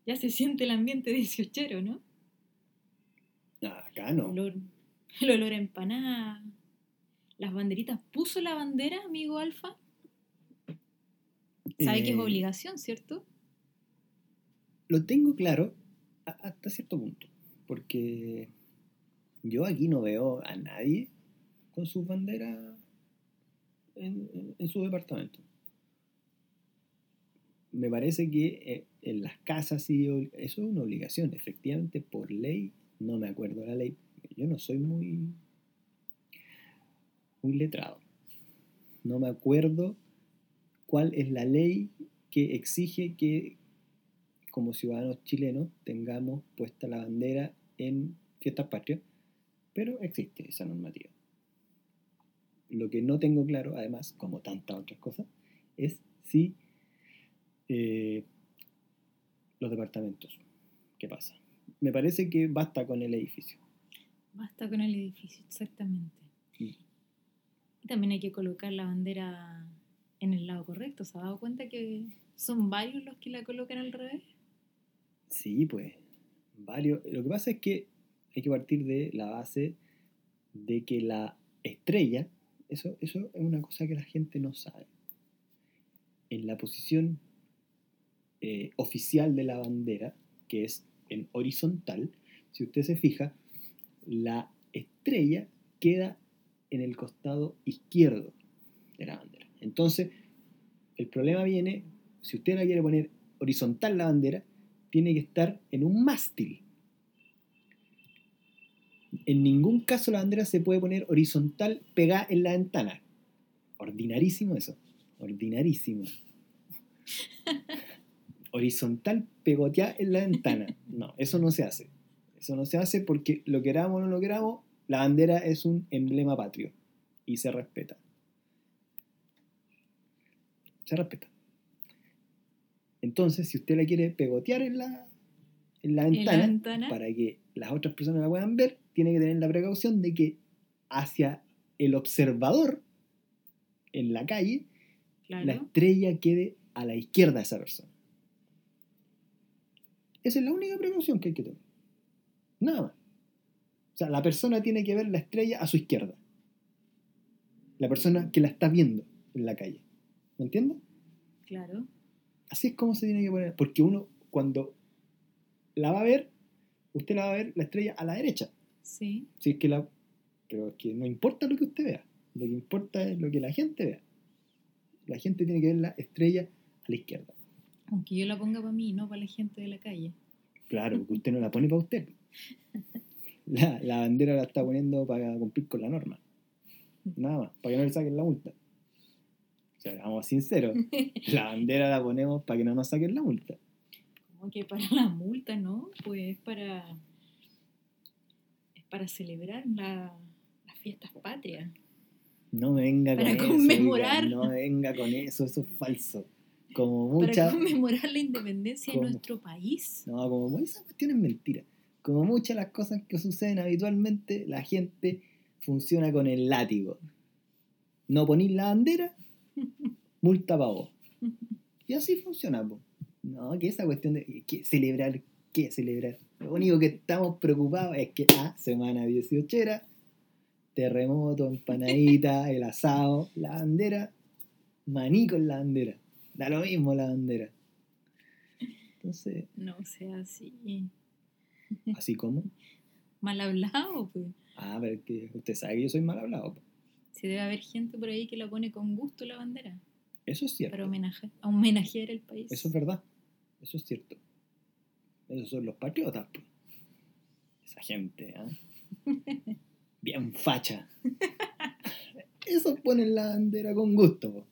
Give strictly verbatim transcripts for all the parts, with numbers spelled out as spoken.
Ya se siente el ambiente dieciochero, ¿no? Ah, acá no. El olor, el olor a empanada. Las banderitas. ¿Puso la bandera, amigo Alfa? Sabe que es Eh, obligación, ¿cierto? Lo tengo claro a- hasta cierto punto, porque yo aquí no veo a nadie con sus banderas en, en- en su departamento. Me parece que eh, en las casas sí, ob- eso es una obligación, efectivamente, por ley, no me acuerdo la ley, yo no soy muy, muy letrado, no me acuerdo cuál es la ley que exige que como ciudadanos chilenos tengamos puesta la bandera en fiestas patrias, pero existe esa normativa. Lo que no tengo claro, además, como tantas otras cosas, es si eh, los departamentos, ¿qué pasa? Me parece que basta con el edificio. Basta con el edificio, exactamente. Y Y también hay que colocar la bandera en el lado correcto. ¿Se ha dado cuenta que son varios los que la colocan al revés? sí, pues, varios. Lo que pasa es que hay que partir de la base de que la estrella, eso, eso es una cosa que la gente no sabe. En la posición eh, oficial de la bandera, que es en horizontal, si usted se fija, la estrella queda en el costado izquierdo de la bandera. Entonces, el problema viene, si usted la quiere poner horizontal la bandera, tiene que estar en un mástil. En ningún caso la bandera se puede poner horizontal pegada en la ventana. Ordinarísimo eso. Ordinarísimo. Horizontal pegoteada en la ventana. No, eso no se hace. Eso no se hace porque lo queramos o no lo queramos, la bandera es un emblema patrio y se respeta. Se respeta. Entonces, si usted la quiere pegotear en la, en la ventana, ¿En la ventana? para que las otras personas la puedan ver, tiene que tener la precaución de que hacia el observador en la calle, Claro. la estrella quede a la izquierda de esa persona. Esa es la única precaución que hay que tener. Nada más. O sea, la persona tiene que ver la estrella a su izquierda. La persona que la está viendo en la calle. ¿Me entiendes? Claro. Así es como se tiene que poner. Porque uno, cuando la va a ver, usted la va a ver la estrella a la derecha. Sí. Si es que la... Pero es que no importa lo que usted vea. Lo que importa es lo que la gente vea. La gente tiene que ver la estrella a la izquierda. Aunque yo la ponga para mí, no para la gente de la calle. Claro, porque usted no la pone para usted. La, la bandera la está poniendo para cumplir con la norma. Nada más, para que no le saquen la multa. O sea, vamos sinceros, la bandera la ponemos para que no nos saquen la multa. Como que para la multa, ¿no? Pues es para, es para celebrar la, las fiestas patrias. No me venga Para con conmemorar. eso, oiga, no me venga con eso, eso es falso. Como Para mucha... conmemorar la independencia de como- nuestro país. No, como esa cuestión es mentira. Como muchas de las cosas que suceden habitualmente, la gente funciona con el látigo. No ponís la bandera, multa para vos. Y así funciona, po. No, que esa cuestión de que celebrar, ¿qué celebrar? Lo único que estamos preocupados es que, ah, semana dieciocho era, terremoto, empanadita, el asado, la bandera, maní con la bandera. Da lo mismo la bandera. Entonces, No sea así. así como, Mal hablado, pues. ah, pero es que usted sabe que yo soy mal hablado, po. Si debe haber gente por ahí que la pone con gusto la bandera. Eso es cierto. Para homenaje, a homenajear el país. Eso es verdad. Eso es cierto. Esos son los patriotas, po. Esa gente, ¿ah? Bien facha. Esos ponen la bandera con gusto, po.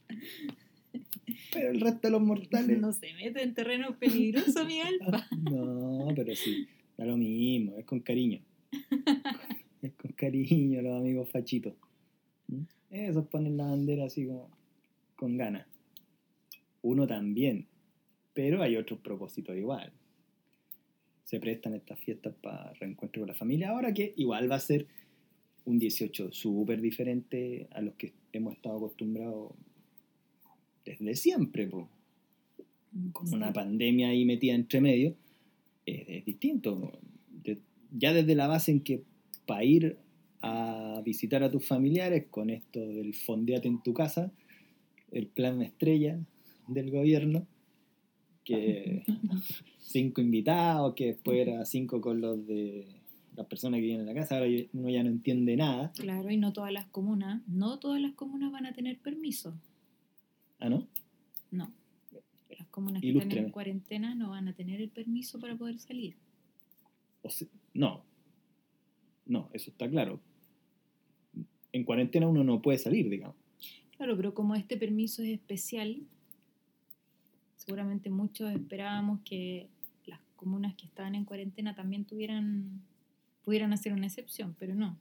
Pero el resto de los mortales. No se mete en terreno peligroso, mi Alfa. No, pero sí, da lo mismo, es con cariño. Es con cariño los amigos fachitos. ¿Mm? Esos ponen la bandera así como con ganas. Uno también, pero hay otros propósitos igual. Se prestan estas fiestas para reencuentro con la familia, ahora que igual va a ser un dieciocho súper diferente a los que hemos estado acostumbrados desde siempre, po. Con una pandemia ahí metida entre medio, es, es distinto. De, ya desde la base en que para ir a visitar a tus familiares con esto del fondeate en tu casa, el plan estrella del gobierno, que cinco invitados, que después era cinco con los de las personas que viven en la casa, ahora uno ya no entiende nada. Claro, y no todas las comunas, no todas las comunas van a tener permiso. ¿Ah, no? No. Las comunas que Ilústreme. están en cuarentena no van a tener el permiso para poder salir. O sea, no. No, eso está claro. En cuarentena uno no puede salir, digamos. Claro, pero como este permiso es especial, seguramente muchos esperábamos que las comunas que estaban en cuarentena también tuvieran, pudieran hacer una excepción, pero no.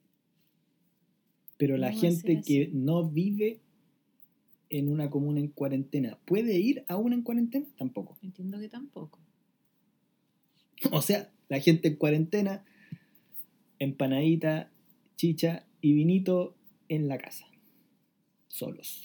Pero la No va a ser gente así. que no vive en una comuna en cuarentena, ¿puede ir a una en cuarentena? Tampoco. Entiendo que tampoco. O sea, la gente en cuarentena, empanadita, chicha y vinito en la casa. Solos.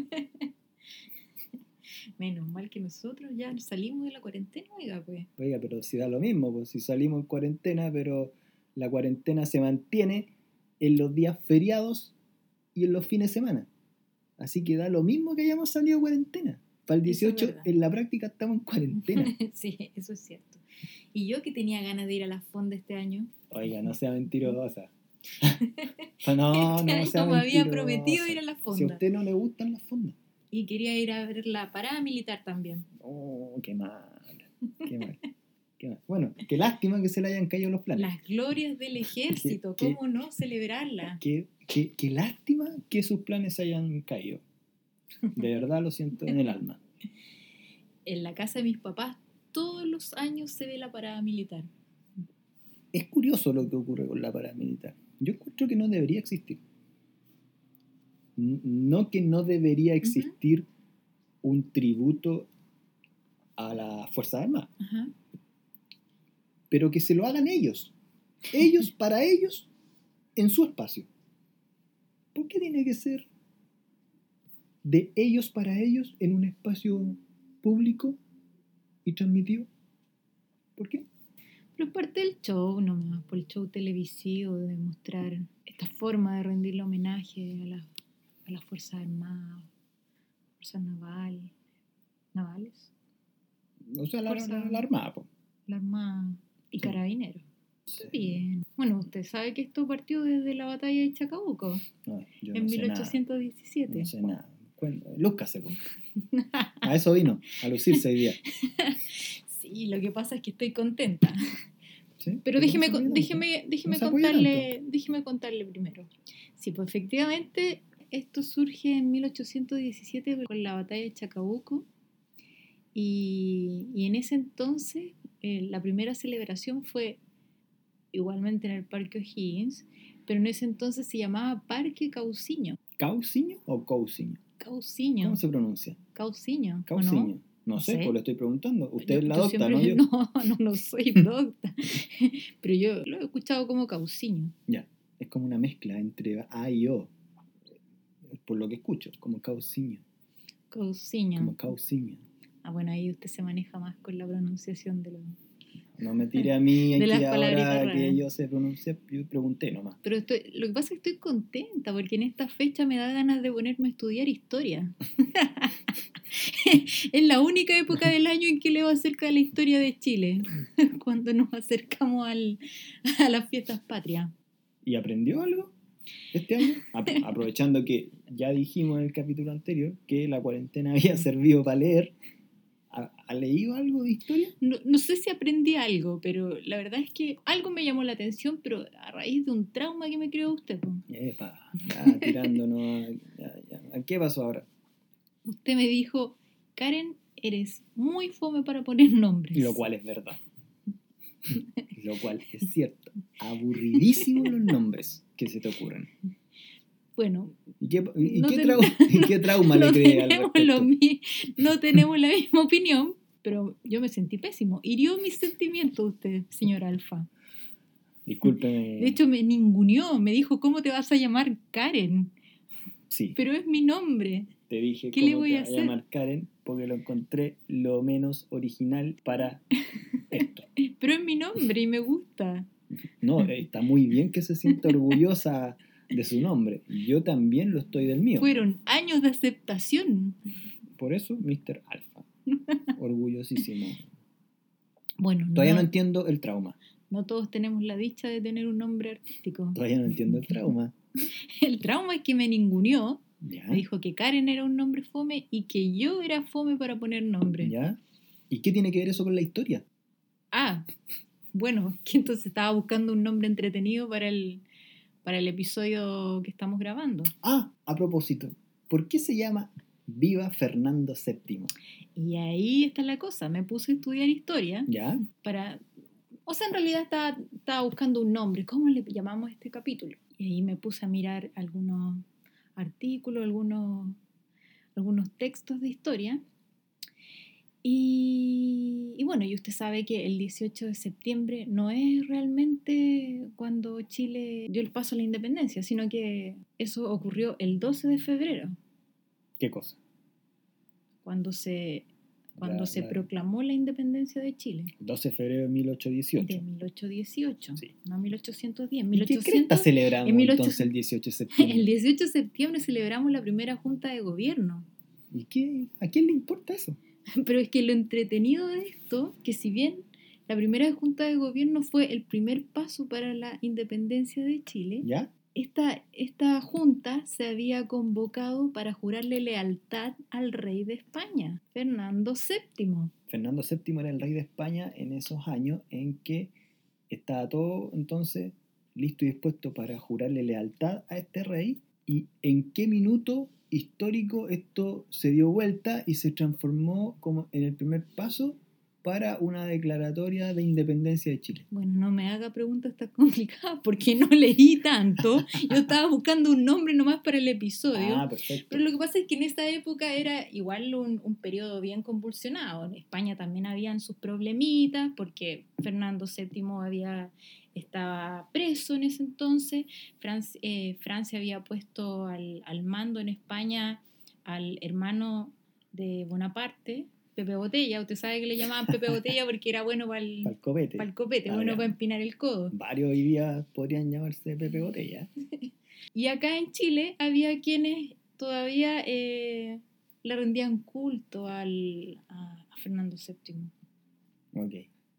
Menos mal que nosotros ya salimos de la cuarentena, oiga, pues. Oiga, pero si da lo mismo, pues si salimos en cuarentena, pero la cuarentena se mantiene en los días feriados y en los fines de semana. Así que da lo mismo que hayamos salido de cuarentena. Para el Eso es dieciocho, verdad. en la práctica estamos en cuarentena. Sí, eso es cierto. Y yo que tenía ganas de ir a la fonda este año. Oiga, no sea mentirosa. No, Este no año sea me había mentirosa. prometido ir a la Si a fonda. usted no le gustan las fondas. Y quería ir a ver la parada militar también. Oh, qué mal. Qué mal. Qué mal. Bueno, qué lástima que se le hayan caído los planes. Las glorias del ejército, ¿Qué- qué- ¿cómo no celebrarla? Qué, qué, qué lástima que sus planes se hayan caído. De verdad lo siento en el alma. En la casa de mis papás todos los años se ve la parada militar. Es curioso lo que ocurre con la paramilitar. Yo encuentro que no debería existir. N- No que no debería existir un tributo a las Fuerzas Armadas, Ajá. pero que se lo hagan ellos. Ellos para ellos en su espacio. ¿Por qué tiene que ser de ellos para ellos en un espacio público y transmitido? ¿Por qué? Pero es parte del show nomás, por el show televisivo, de mostrar esta forma de rendirle homenaje a las a las Fuerzas Armadas, Fuerzas Navales, Navales, O sea, la, Fuerza- la, la Armada, po. la Armada y Sí. Carabineros. Sí. Bien. Bueno, usted sabe que esto partió desde la batalla de Chacabuco, No, yo no en sé mil ochocientos diecisiete. nada. No sé nada. Cuen- Lúzcase, po. A eso vino, a lucirse hoy día. Sí, lo que pasa es que estoy contenta. ¿Sí? Pero ¿Por qué déjeme, no se apoya déjeme, tanto? déjeme No se apoya contarle, déjeme contarle primero. Sí, pues efectivamente esto surge en mil ochocientos diecisiete con la batalla de Chacabuco y, y en ese entonces eh, la primera celebración fue igualmente en el Parque O'Higgins, pero en ese entonces se llamaba Parque Cauciño. ¿Cauciño o Cousiño? Cauciño. ¿Cómo se pronuncia? Cauciño. ¿o Cauciño. no? No, No sé, sé. pues le estoy preguntando. Usted Yo- es la yo docta, ¿no? siempre- Yo. No, no, no soy docta. Pero yo lo he escuchado como Cauciño. Ya, es como una mezcla entre A y O. Por lo que escucho, como Cauciño. Cauciño. Como Cauciño. Ah, bueno, ahí usted se maneja más con la pronunciación de los... No me tire a mí De aquí las ahora palabritas que raras. yo sé pronunciar, yo pregunté nomás. Pero estoy, lo que pasa es que estoy contenta porque en esta fecha me da ganas de ponerme a estudiar historia. Es la única época del año en que leo acerca de la historia de Chile, cuando nos acercamos al, a las fiestas patrias. ¿Y aprendió algo este año? Ap- aprovechando que ya dijimos en el capítulo anterior que la cuarentena había servido para leer. ¿Ha, ha leído algo de historia? No, no sé si aprendí algo, pero la verdad es que algo me llamó la atención, pero a raíz de un trauma que me creó usted. po. Epa, ya tirándonos. Ya, ya. ¿Qué pasó ahora? Usted me dijo, Karen, eres muy fome para poner nombres. Lo cual es verdad. Lo cual es cierto. Aburridísimos los nombres que se te ocurren. Bueno, ¿Y qué, y No qué, ten- trau- y qué trauma no le cree al tenemos, respecto? lo mi- no tenemos la misma opinión, pero yo me sentí pésimo. Hirió mis sentimientos usted, señor Alfa. Discúlpeme. De hecho, me ninguneó, me dijo, ¿cómo te vas a llamar Karen? sí, Pero es mi nombre. te dije ¿qué cómo le voy te a vas hacer? llamar Karen porque lo encontré lo menos original para esto. Pero es mi nombre y me gusta. No, eh, está muy bien que se sienta orgullosa de su nombre. Yo también lo estoy del mío. Fueron años de aceptación. Por eso, mister Alfa. Orgullosísimo. Bueno, Todavía no, no, entiendo el trauma. no todos tenemos la dicha de tener un nombre artístico. Todavía no entiendo el trauma. El trauma es que me ninguneó. ¿Ya? Me dijo que Karen era un nombre fome y que yo era fome para poner nombre. ¿Ya? ¿Y qué tiene que ver eso con la historia? Ah, bueno, que entonces estaba buscando un nombre entretenido para el, para el episodio que estamos grabando. Ah, a propósito, ¿por qué se llama Viva Fernando séptimo? Y ahí está la cosa, me puse a estudiar historia ¿Ya? para... O sea, en realidad estaba, estaba buscando un nombre, ¿cómo le llamamos a este capítulo? Y ahí me puse a mirar algunos artículos, algunos, algunos textos de historia. Y, y bueno, y usted sabe que el dieciocho de septiembre no es realmente cuando Chile dio el paso a la independencia, sino que eso ocurrió el doce de febrero, ¿Qué cosa? cuando se, cuando La- se la- proclamó la independencia de Chile. doce de febrero de mil ochocientos dieciocho. De mil ochocientos dieciocho, Sí. no mil ochocientos diez. ¿Y qué mil ochocientos, cresta celebramos en mil ochocientos entonces el dieciocho de septiembre? El dieciocho de septiembre celebramos la primera junta de gobierno. ¿Y qué, a quién le importa eso? Pero es que lo entretenido de esto, que si bien la primera junta de gobierno fue el primer paso para la independencia de Chile, ¿Ya? esta, esta junta se había convocado para jurarle lealtad al rey de España, Fernando séptimo. Fernando séptimo era el rey de España en esos años en que estaba todo entonces listo y dispuesto para jurarle lealtad a este rey. ¿Y en qué minuto histórico esto se dio vuelta y se transformó como en el primer paso para una declaratoria de independencia de Chile? Bueno, no me haga preguntas tan complicadas porque no leí tanto. Yo estaba buscando un nombre nomás para el episodio. Ah, perfecto. Pero lo que pasa es que en esta época era igual un, un periodo bien convulsionado. En España también habían sus problemitas porque Fernando séptimo había, estaba preso en ese entonces. Francia, eh, Francia había puesto al, al mando en España al hermano de Bonaparte, Pepe Botella. Usted sabe que le llamaban Pepe Botella porque era bueno para el, Para el copete. para el copete, Ah, bueno ya. para empinar el codo. Varios hoy día podrían llamarse Pepe Botella. Y acá en Chile había quienes todavía eh, le rendían culto al, a, a Fernando séptimo. Ok.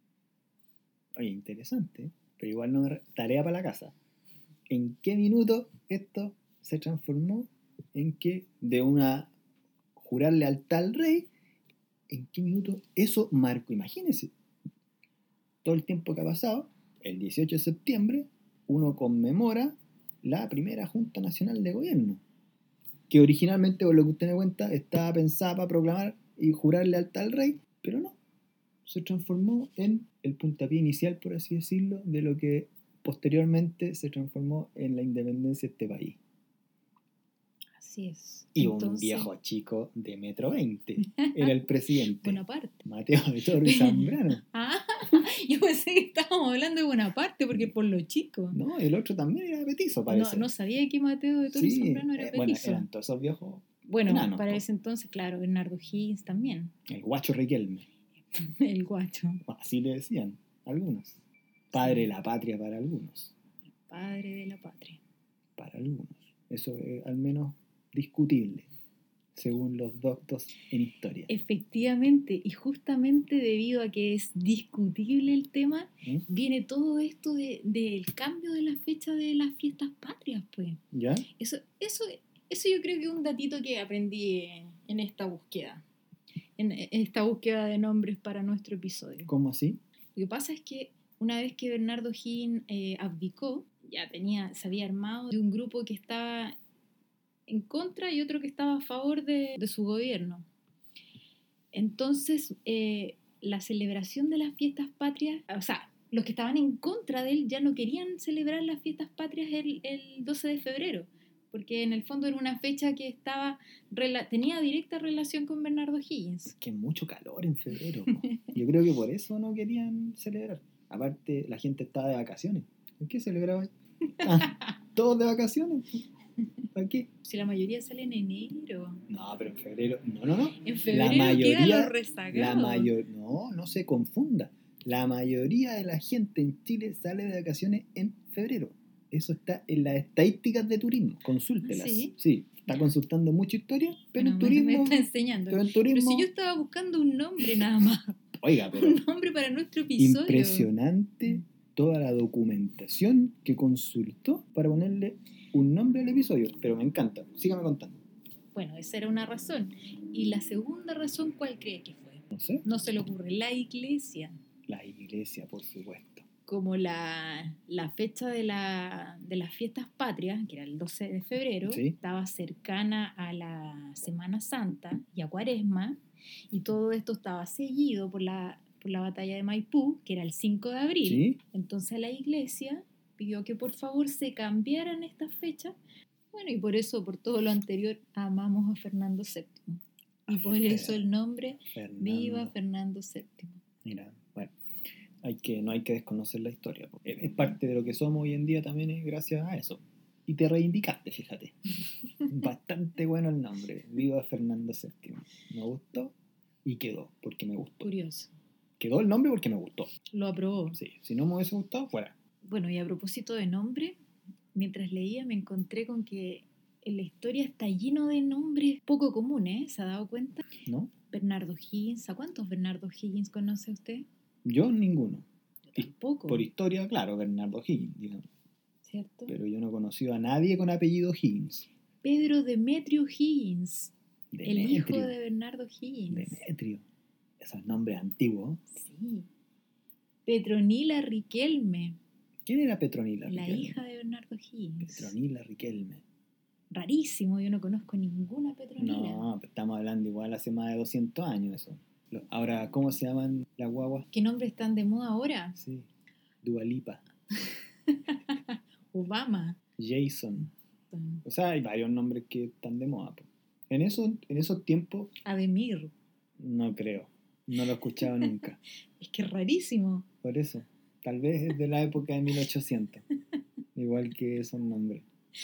Oye, interesante. Pero igual no es tarea para la casa. ¿En qué minuto esto se transformó en que de una jurar lealtad al rey, en qué minuto eso marcó? Imagínense, todo el tiempo que ha pasado, el dieciocho de septiembre, uno conmemora la primera Junta Nacional de Gobierno, que originalmente, por lo que usted me cuenta, estaba pensada para proclamar y jurar lealtad al rey, pero no, se transformó en el puntapié inicial, por así decirlo, de lo que posteriormente se transformó en la independencia de este país. Así es. Y Entonces, un viejo chico de metro veinte era el presidente. Bonaparte. Mateo de Toro y Zambrano. Ah, yo pensé que estábamos hablando de Bonaparte porque por lo chico. No, el otro también era petizo, No, parece. no sabía que Mateo de Toro y Sí, Zambrano era eh, bueno, petizo. eran todos esos viejos Bueno, enanos, para po. ese entonces, claro, Bernardo Higgins también. El guacho Riquelme. El guacho. Así le decían algunos. Padre de la patria para algunos. Padre de la patria. Para algunos. Eso es al menos discutible, según los doctos en historia. Efectivamente, y justamente debido a que es discutible el tema, ¿Mm? viene todo esto de- del cambio de la fecha de las fiestas patrias, pues. ¿Ya? Eso, eso, eso yo creo que es un datito que aprendí en, en esta búsqueda, en, en esta búsqueda de nombres para nuestro episodio. ¿Cómo así? Lo que pasa es que una vez que Bernardo Higgins eh, abdicó, ya tenía, se había armado de un grupo que estaba en contra y otro que estaba a favor de, de su gobierno. Entonces, eh, la celebración de las fiestas patrias, o sea, los que estaban en contra de él ya no querían celebrar las fiestas patrias el, el doce de febrero, porque en el fondo era una fecha que estaba rela- tenía directa relación con Bernardo Higgins. Que mucho calor en febrero. Po. Yo creo que por eso no querían celebrar. Aparte, la gente estaba de vacaciones. ¿Por qué celebraban? Ah, todos de vacaciones. ¿Para qué? Si la mayoría sale en enero. No, pero en febrero, no, no, no. En febrero La mayoría, quedan los la rezagados. mayor, no, no se confunda. La mayoría de la gente en Chile sale de vacaciones en febrero. Eso está en las estadísticas de turismo. Consúltelas. Sí. Sí, está consultando mucha historia, pero Bueno, en me- turismo. me está enseñando. Pero en Pero turismo. si yo estaba buscando un nombre nada más. Oiga, pero. Un nombre para nuestro episodio. Impresionante toda la documentación que consultó para ponerle un nombre al episodio. Pero me encanta. Sígame contando. Bueno, esa era una razón. Y la segunda razón, ¿cuál cree que fue? No sé. No se le ocurre. La iglesia. La iglesia, por supuesto. Como la, la fecha de, la, de las fiestas patrias, que era el doce de febrero, Sí. estaba cercana a la Semana Santa y a Cuaresma, y todo esto estaba seguido por la, por la batalla de Maipú, que era el cinco de abril. Sí. Entonces la iglesia pidió que por favor se cambiaran estas fechas. Bueno, y por eso, por todo lo anterior, amamos a Fernando séptimo. Y por eso el nombre, Fernando. Viva Fernando séptimo. Mira, bueno, hay que, no hay que desconocer la historia. Es, es parte de lo que somos hoy en día también es gracias a eso. Y te reivindicaste, fíjate. Bastante bueno el nombre. Viva Fernando séptimo. Me gustó y quedó porque me gustó. Curioso. Quedó el nombre porque me gustó. Lo aprobó. Sí, si no me hubiese gustado, fuera. Bueno, y a propósito de nombre, mientras leía me encontré con que en la historia está lleno de nombres poco comunes, ¿se ha dado cuenta? ¿No? Bernardo Higgins, ¿a cuántos Bernardo Higgins conoce usted? Yo ninguno. Yo tampoco. Por historia, claro, Bernardo Higgins, digamos. ¿Cierto? Pero yo no he conocido a nadie con apellido Higgins. Pedro Demetrio Higgins, Demetrio. el hijo de Bernardo Higgins. Demetrio. Esos nombres antiguos. Sí. Petronila Riquelme, ¿Quién era Petronila la Riquelme? hija de Bernardo Higgins. Petronila Riquelme. Rarísimo, yo no conozco ninguna Petronila. No, estamos hablando igual hace más de doscientos años eso. Ahora, ¿cómo se llaman las guaguas? ¿Qué nombres están de moda ahora? Sí. Dua Lipa. Obama. Jason. O sea, hay varios nombres que están de moda. Po. En, eso, en esos tiempos, Ademir. no creo. No lo he escuchado nunca. Es que es rarísimo. Por eso. Tal vez es de la época de mil ochocientos. Igual que esos nombres.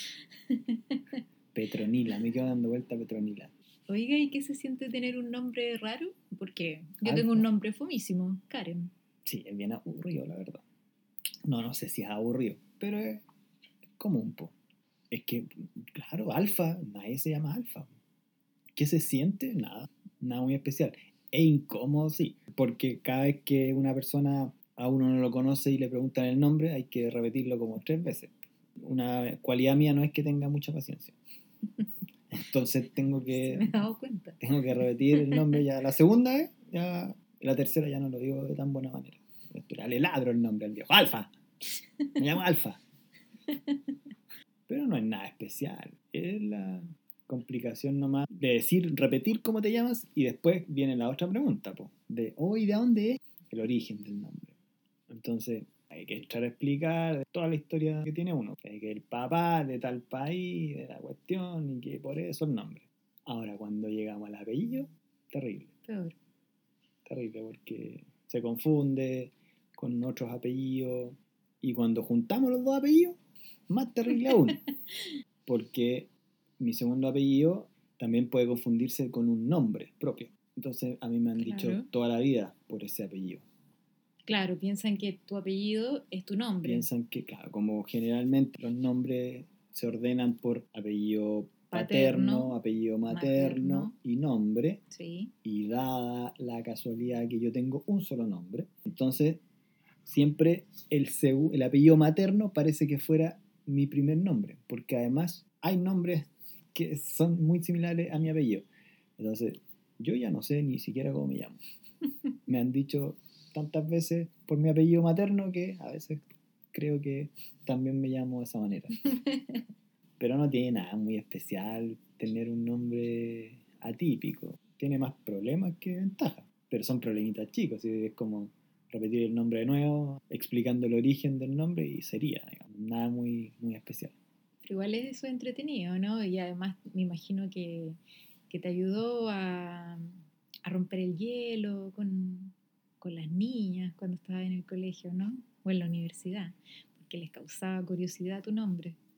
Petronila. Me quedo dando vuelta a Petronila. Oiga, ¿y qué se siente tener un nombre raro? Porque yo Alfa. tengo un nombre fomísimo, Karen. Sí, es bien aburrido, la verdad. No, no sé si es aburrido, pero es común, po. Es que, claro, Alfa, nadie se llama Alfa. ¿Qué se siente? Nada, nada muy especial. Es incómodo, sí, porque cada vez que una persona a uno no lo conoce y le preguntan el nombre, hay que repetirlo como tres veces. Una cualidad mía no es que tenga mucha paciencia. Entonces tengo que... Me he dado cuenta. Tengo que repetir el nombre ya la segunda vez, ya la tercera ya no lo digo de tan buena manera. Le ladro el nombre al viejo. ¡Alfa! Me llamo Alfa. Pero no es nada especial. Es la complicación nomás de decir, repetir cómo te llamas y después viene la otra pregunta, po, de, oh, ¿y de dónde es? El origen del nombre. Entonces hay que echar a explicar toda la historia que tiene uno. Que el papá de tal país, de la cuestión, y que por eso el nombre. Ahora, cuando llegamos al apellido, terrible. Peor. Terrible, porque se confunde con otros apellidos. Y cuando juntamos los dos apellidos, más terrible aún. Porque mi segundo apellido también puede confundirse con un nombre propio. Entonces, a mí me han Claro. dicho toda la vida por ese apellido. Claro, piensan que tu apellido es tu nombre. Piensan que, claro, como generalmente los nombres se ordenan por apellido Paterno, paterno, apellido materno, materno. y nombre, Sí. y dada la casualidad que yo tengo un solo nombre, entonces siempre el, segu- el apellido materno parece que fuera mi primer nombre, porque además hay nombres que son muy similares a mi apellido. Entonces, yo ya no sé ni siquiera cómo me llamo. Me han dicho tantas veces por mi apellido materno que a veces creo que también me llamo de esa manera. Pero no tiene nada muy especial tener un nombre atípico. Tiene más problemas que ventajas. Pero son problemitas chicos. ¿Sí? Es como repetir el nombre de nuevo, explicando el origen del nombre y sería, digamos, nada muy, muy especial. Pero igual es eso entretenido, ¿no? Y además me imagino que, que te ayudó a, a romper el hielo con, con las niñas cuando estabas en el colegio, ¿no? O en la universidad, porque les causaba curiosidad tu nombre.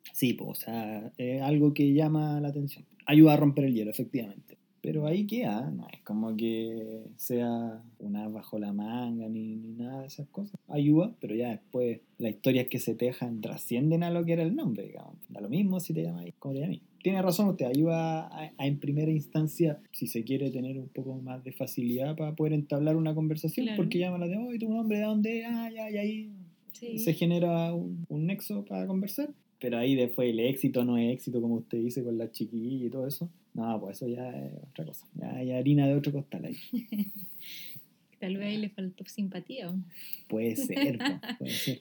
Sí, pues, o sea, es algo que llama la atención. Ayuda a romper el hielo, efectivamente. Pero ahí queda, no es como que sea una bajo la manga ni, ni nada de esas cosas. Ayuda, pero ya después las historias que se tejan trascienden a lo que era el nombre, digamos. Da lo mismo si te llamas como te llamas. Tiene razón, usted ayuda a, a en primera instancia, si se quiere tener un poco más de facilidad para poder entablar una conversación, Claro. porque llama la de, oh, ¿y tu nombre de dónde? Ah, ya, y ahí Sí. se genera un, un nexo para conversar. Pero ahí después el éxito no es éxito, como usted dice, con la chiquilla y todo eso. No, pues eso ya es otra cosa. Ya hay harina de otro costal ahí. Tal vez ahí le faltó simpatía. ¿O? Puede ser, po, puede ser.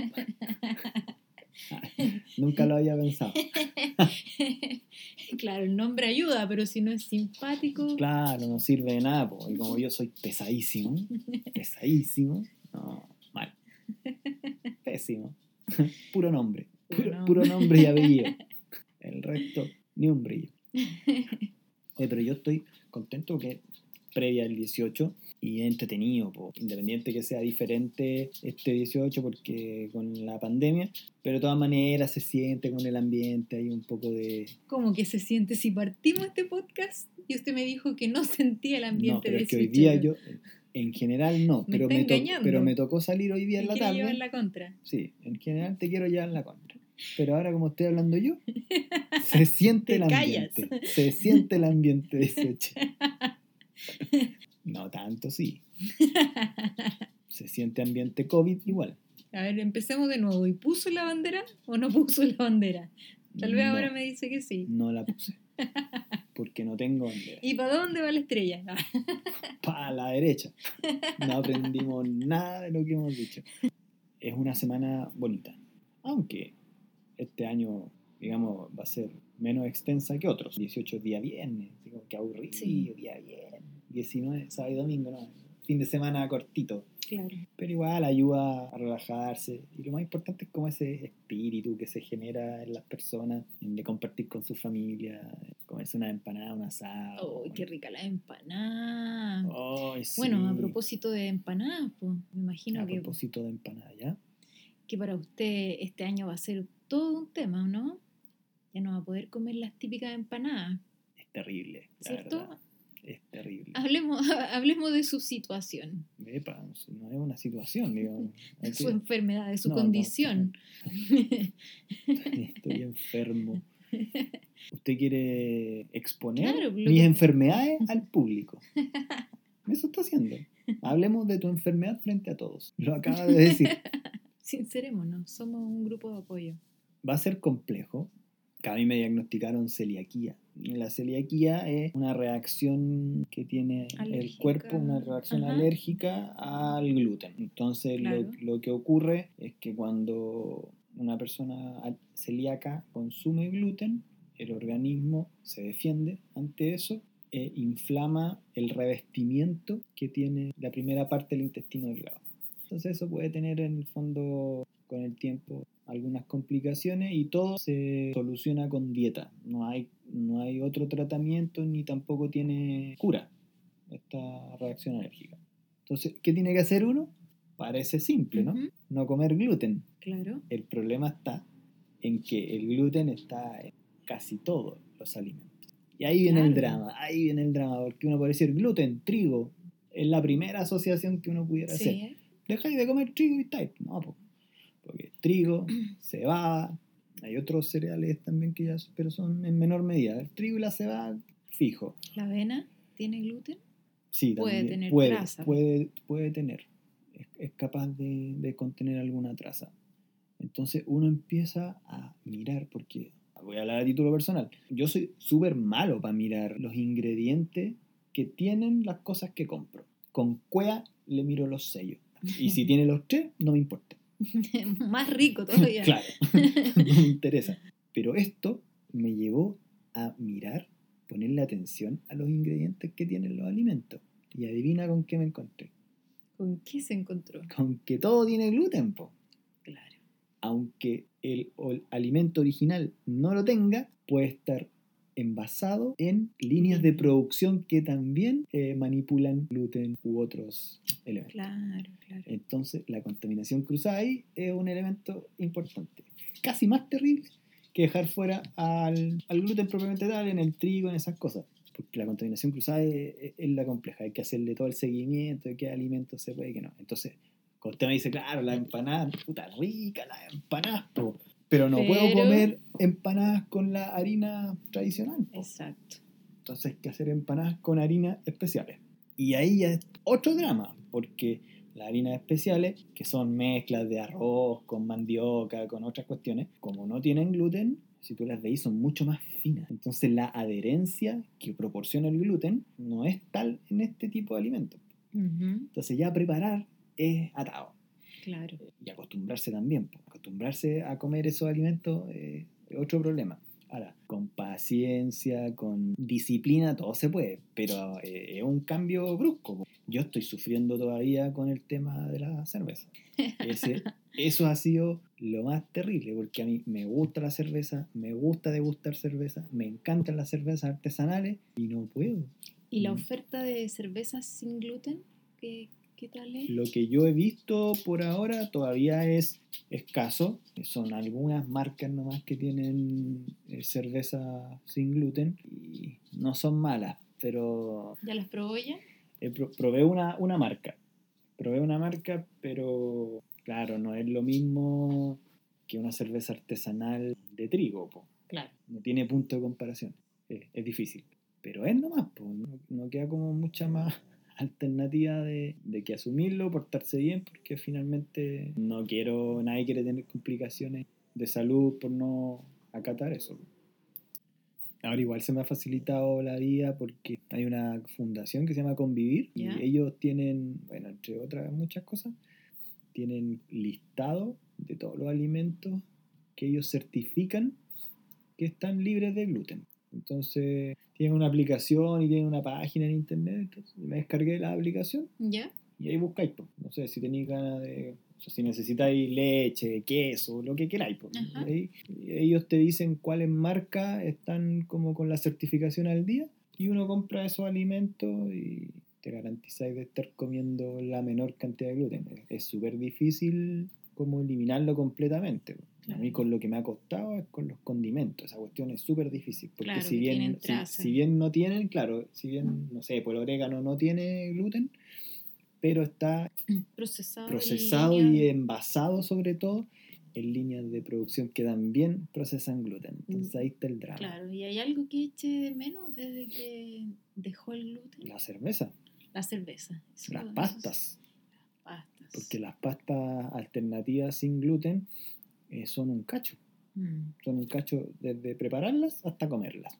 Nunca lo había pensado. Claro, el nombre ayuda, pero si no es simpático... Claro, no sirve de nada, po. Y como yo soy pesadísimo, pesadísimo, no, mal. Pésimo. Puro nombre. Puro, Puro puro nombre. nombre y apellido. El resto, ni un brillo. Oye, pero yo estoy contento que previa al dieciocho y es entretenido, po. Independiente que sea diferente este dieciocho porque con la pandemia, pero de todas maneras se siente con el ambiente, hay un poco de... ¿Cómo que se siente? Si partimos este podcast y usted me dijo que no sentía el ambiente No, pero es que hoy dieciochero. día yo, en general no, Me pero está me, to- engañando. pero me tocó salir hoy día en Me la quiere tarde. llevar la contra. Sí, en general te quiero llevar la contra. Pero ahora como estoy hablando yo, se siente Te el ambiente. callas. Se siente el ambiente dieciocho. No tanto, sí. Se siente ambiente COVID igual. A ver, empecemos de nuevo. ¿Y puso la bandera o no puso la bandera? Tal vez No, ahora me dice que sí. no la puse. Porque no tengo bandera. ¿Y para dónde va la estrella? Para la derecha. No aprendimos nada de lo que hemos dicho. Es una semana bonita. Aunque este año, digamos, va a ser menos extensa que otros. dieciocho día viernes. Digo, que aburrido, Sí. día viernes. diecinueve, sábado y domingo, ¿no? Fin de semana cortito. Claro. Pero igual ayuda a relajarse. Y lo más importante es como ese espíritu que se genera en las personas, de compartir con su familia, comerse una empanada, un asado. ¡Uy, qué rica la empanada! Ay, sí. Bueno, a propósito de empanadas, pues, me imagino A que, propósito de empanada, ¿ya? que para usted este año va a ser todo un tema, ¿no? Ya no va a poder comer las típicas empanadas, Es terrible, la ¿cierto? verdad. Es terrible. Hablemos, hablemos de su situación, Epa, no es una situación, digamos. de Hay su que- enfermedad, de su No, no, condición. Estoy enfermo. ¿Usted quiere exponer Claro, lo mis que- enfermedades al público? Eso está haciendo. Hablemos de tu enfermedad frente a todos. Lo acaba de decir. Sincerémonos, somos un grupo de apoyo. Va a ser complejo. Que a mí me diagnosticaron celiaquía. La celiaquía es una reacción que tiene el Alérgica. cuerpo, una reacción Ajá. alérgica al gluten. Entonces Claro. lo, lo que ocurre es que cuando una persona celíaca consume gluten, el organismo se defiende ante eso e inflama el revestimiento que tiene la primera parte del intestino delgado. Entonces eso puede tener en el fondo con el tiempo algunas complicaciones y todo se soluciona con dieta. No hay, no hay otro tratamiento ni tampoco tiene cura esta reacción alérgica. Entonces, ¿qué tiene que hacer uno? Parece simple, ¿no? Ujú. No comer gluten. Claro. El problema está en que el gluten está en casi todos los alimentos. Y ahí viene el Claro. drama, ahí viene el drama, porque uno puede decir gluten, trigo, es la primera asociación que uno pudiera hacer. Sí. Dejáis de comer trigo y tal. No, po. Porque trigo, cebada, hay otros cereales también que ya, pero son en menor medida. El trigo y la cebada, fijo. ¿La avena tiene gluten? Sí, Puede también tener puede, traza. puede, puede tener. Es, es capaz de, de contener alguna traza. Entonces uno empieza a mirar, porque voy a hablar a título personal. Yo soy súper malo para mirar los ingredientes que tienen las cosas que compro. Con cuea le miro los sellos. Y si tiene los tres, no me importa. Más rico todavía. Claro, no me interesa. Pero esto me llevó a mirar, ponerle atención a los ingredientes que tienen los alimentos. Y adivina con qué me encontré. ¿Con qué se encontró? Con que todo tiene gluten, po. Claro. Aunque el, el alimento original no lo tenga, puede estar envasado en líneas de producción que también eh, manipulan gluten u otros elementos. Claro, claro. Entonces, la contaminación cruzada ahí es un elemento importante. Casi más terrible que dejar fuera al, al gluten propiamente tal, en el trigo, en esas cosas. Porque la contaminación cruzada es, es, es la compleja. Hay que hacerle todo el seguimiento de qué alimentos se puede y qué no. Entonces, cuando usted me dice, claro, la empanada, puta rica, la empanada, po, pero no Pero- puedo comer empanadas con la harina tradicional. Po. Exacto. Entonces hay que hacer empanadas con harinas especiales. Y ahí ya es otro drama, porque las harinas especiales, que son mezclas de arroz con mandioca, con otras cuestiones, como no tienen gluten, si tú las veis son mucho más finas. Entonces la adherencia que proporciona el gluten no es tal en este tipo de alimentos. Ujú. Entonces ya preparar es atado. Claro. Y acostumbrarse también. po. Acostumbrarse a comer esos alimentos eh, es otro problema. Ahora, con paciencia, con disciplina, todo se puede, pero eh, es un cambio brusco. po. Yo estoy sufriendo todavía con el tema de la cerveza. Ese, eso ha sido lo más terrible, porque a mí me gusta la cerveza, me gusta degustar cerveza, me encantan las cervezas artesanales y no puedo. ¿Y la Mm. oferta de cervezas sin gluten? ¿Qué, qué tal es? Lo que yo he visto por ahora todavía es escaso. Son algunas marcas nomás que tienen eh, cerveza sin gluten y no son malas, pero ¿Ya las probó ya? eh, pro- probé una, una marca. Probé una marca, pero claro, no es lo mismo que una cerveza artesanal de trigo, po. Claro. No tiene punto de comparación. Eh, es difícil. Pero es nomás, po. No, no queda como mucha más alternativa de, de que asumirlo, portarse bien, porque finalmente no quiero, nadie quiere tener complicaciones de salud por no acatar eso. Ahora igual se me ha facilitado la vida porque hay una fundación que se llama Convivir y ¿Ya? ellos tienen, bueno, entre otras muchas cosas, tienen listado de todos los alimentos que ellos certifican que están libres de gluten. Entonces, tienen una aplicación y tienen una página en internet. Entonces, me descargué la aplicación ¿Ya? y ahí buscáis. Pues. No sé, si tenéis ganas de. O sea, si necesitáis leche, queso, lo que queráis. Pues. Ajá. Y ahí, y ellos te dicen cuáles marcas están como con la certificación al día y uno compra esos alimentos y te garantizáis de estar comiendo la menor cantidad de gluten. Es súper difícil como eliminarlo completamente. A mí Claro. con lo que me ha costado es con los condimentos. Esa cuestión es súper difícil. Porque Claro, si que bien, tienen si, traza. si bien no tienen, claro, si bien, no sé, pues el orégano no tiene gluten, pero está Procesado, procesado en y línea. envasado sobre todo en líneas de producción que también procesan gluten. Entonces ahí está el drama. Claro, ¿y hay algo que eche de menos desde que dejó el gluten? La cerveza, La cerveza. Eso- las eso pastas. sí. Pastas. Porque las pastas alternativas sin gluten eh, son un cacho. Mm. Son un cacho desde prepararlas hasta comerlas.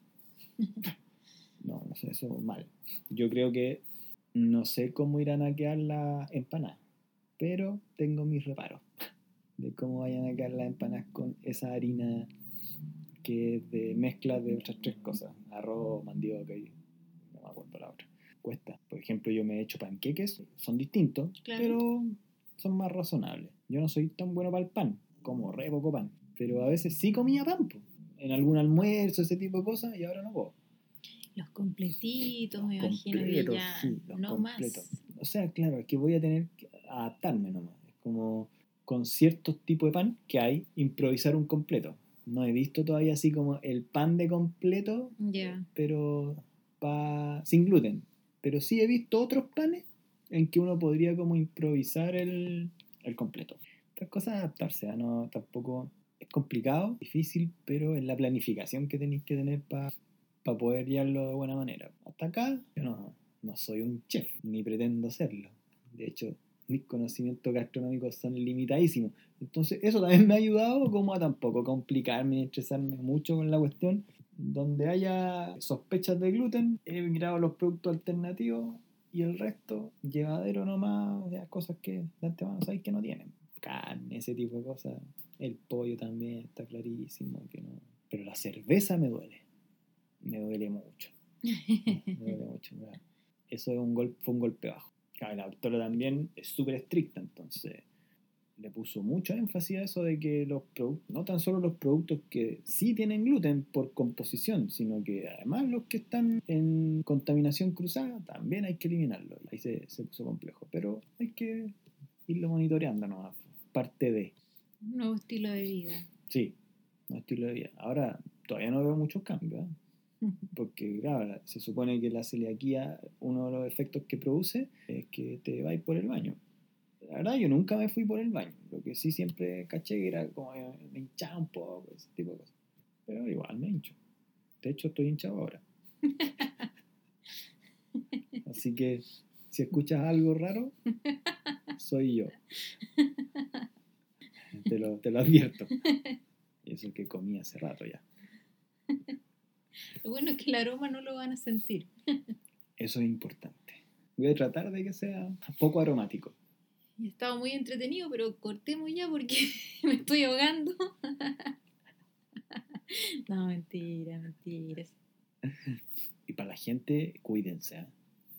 No, no sé, eso mal. Yo creo que no sé cómo irán a quedar las empanadas, pero tengo mis reparos de cómo vayan a quedar las empanadas con esa harina que es de mezcla de otras tres cosas: arroz, mandioca y no me acuerdo la otra. Cuesta. Por ejemplo, yo me he hecho panqueques, son distintos, Claro. pero son más razonables. Yo no soy tan bueno para el pan, como re poco pan, pero a veces sí comía pan, po, en algún almuerzo, ese tipo de cosas, y ahora no puedo. Los completitos, Los me imagino que completos, ya sí, los no completos. más. O sea, claro, es que voy a tener que adaptarme nomás. Es como con ciertos tipos de pan que hay, improvisar un completo. No he visto todavía así como el pan de completo, Ya. pero pa... sin gluten. Pero sí he visto otros panes en que uno podría como improvisar el, el completo. Otra cosa es adaptarse, ¿eh? No, tampoco es complicado, difícil, pero es la planificación que tenéis que tener para para poder llevarlo de buena manera. Hasta acá yo no, no soy un chef, ni pretendo serlo. De hecho, mis conocimientos gastronómicos son limitadísimos. Entonces eso también me ha ayudado como a tampoco complicarme y estresarme mucho con la cuestión. Donde haya sospechas de gluten, he mirado los productos alternativos y el resto, llevadero nomás, de las cosas que de antemano sabéis que no tienen. Carne, ese tipo de cosas. El pollo también está clarísimo que no. Pero la cerveza me duele. Me duele mucho. Me duele mucho. ¿Verdad? Eso es un gol- fue un golpe bajo. Claro, la doctora también es súper estricta, entonces le puso mucho énfasis a eso de que los productos, no tan solo los productos que sí tienen gluten por composición, sino que además los que están en contaminación cruzada también hay que eliminarlos. Ahí se, se puso complejo, pero hay que irlo monitoreando, ¿no? Parte de. Un nuevo estilo de vida. Sí, un estilo lo veía. Ahora todavía no veo muchos cambios, ¿eh? Porque, claro, se supone que la celiaquía, uno de los efectos que produce es que te vas por el baño. La verdad, yo nunca me fui por el baño. Lo que sí siempre caché que era como me hinchaba un poco, ese tipo de cosas. Pero igual me hincho. De hecho, estoy hinchado ahora. Así que, si escuchas algo raro, soy yo. Te lo, te lo advierto. Y eso que comí hace rato ya. Lo bueno es que el aroma no lo van a sentir. Eso es importante. Voy a tratar de que sea poco aromático. Y estaba muy entretenido, pero cortemos ya porque me estoy ahogando. No, mentira, mentiras. Y para la gente, cuídense, ¿eh?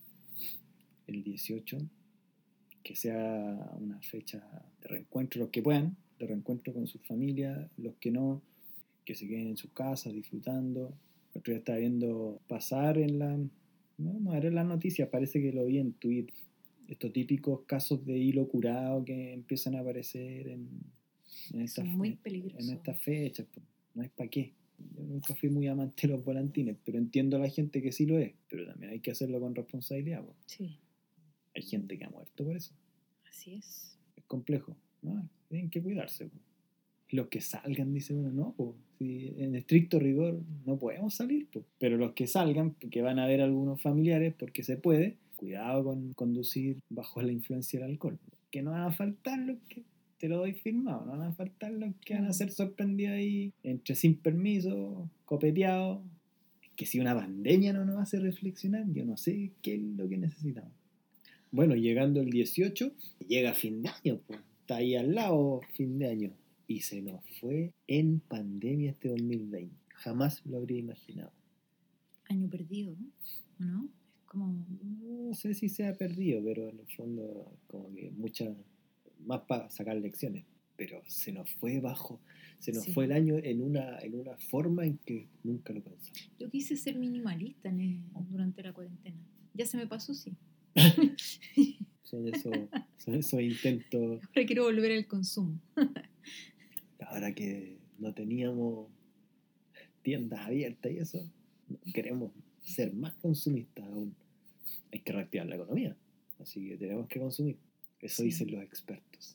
El dieciocho, que sea una fecha de reencuentro, los que puedan, de reencuentro con sus familias, los que no, que se queden en sus casas disfrutando. El otro día estaba viendo pasar en la... No, no era en las noticias, parece que lo vi en Twitter. Estos típicos casos de hilo curado que empiezan a aparecer en, en estas Son muy en peligrosos. estas fechas. No es para qué. Yo nunca fui muy amante de los volantines, pero entiendo a la gente que sí lo es. Pero también hay que hacerlo con responsabilidad, po. Sí, Hay gente que ha muerto por eso. así es. Es complejo, ¿no? Tienen que cuidarse, po. Los que salgan, dice uno, no, po. Si en estricto rigor no podemos salir, po. Pero los que salgan, que van a ver algunos familiares porque se puede, cuidado con conducir bajo la influencia del alcohol. Que no van a faltar los que, te lo doy firmado, no van a faltar los que van a ser sorprendidos ahí, entre sin permiso, copeteados. Que si una pandemia no nos hace reflexionar, yo no sé qué es lo que necesitamos. Bueno, llegando el dieciocho, llega fin de año, pues. Está ahí al lado fin de año. Y se nos fue en pandemia este dos mil veinte. Jamás lo habría imaginado. Año perdido, ¿o no? Es como... No sé si se ha perdido, pero en el fondo como que muchas más para sacar lecciones. Pero se nos fue bajo, se nos Sí. fue el año en una, en una forma en que nunca lo pensamos. Yo quise ser minimalista en el- durante la cuarentena. Ya se me pasó, sí. Son esos, son esos intentos, Ahora quiero volver al consumo. ahora que no teníamos tiendas abiertas y eso, queremos ser más consumistas aún. Hay que reactivar la economía, así que tenemos que consumir. Eso Sí. dicen los expertos.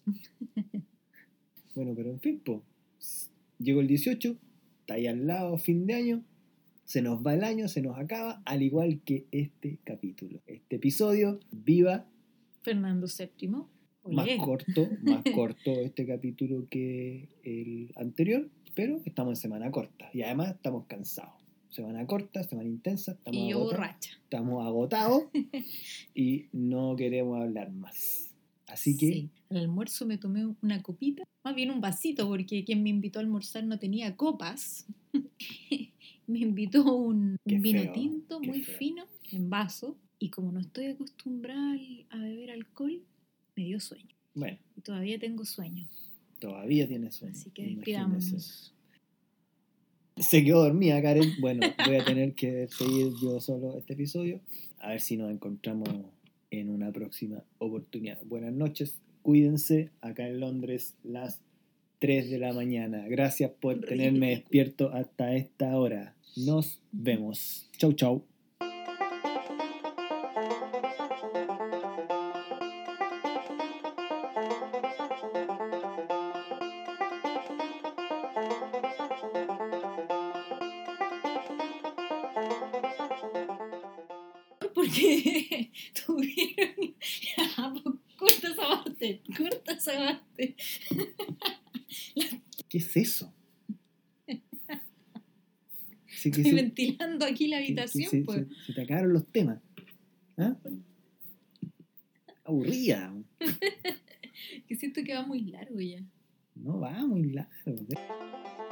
Bueno, pero en fin, pues, llegó el dieciocho, está ahí al lado, fin de año, se nos va el año, se nos acaba, al igual que este capítulo. Este episodio, viva, Fernando séptimo. más Olé. corto, más corto este capítulo que el anterior, pero estamos en semana corta y además estamos cansados. Semana corta, semana intensa, estamos Y yo agotados, borracha. estamos agotados y no queremos hablar más. Así que, Sí. Al almuerzo me tomé una copita, más bien un vasito, porque quien me invitó a almorzar no tenía copas. Me invitó un, Qué un vino feo, tinto qué muy feo. fino, en vaso, y como no estoy acostumbrada al- a beber alcohol, me dio sueño. bueno, Y todavía tengo sueño. todavía tiene sueño. Así que imagínese. despidámonos. Se quedó dormida Karen. Bueno, voy a tener que despedir yo solo este episodio. A ver si nos encontramos en una próxima oportunidad. Buenas noches, cuídense. Acá en Londres, las tres de la mañana. Gracias por tenerme Ridículo. despierto hasta esta hora. Nos vemos. Chau, chau. Porque tuvieron... Ya, pues, corta esa parte, corta esa parte. ¿Qué es eso? Sí, que Estoy se, ventilando aquí la que- que habitación, se- pues. se- se te acabaron los temas. ¿Ah? Aburrida. Que siento que va muy largo ya. No va muy largo.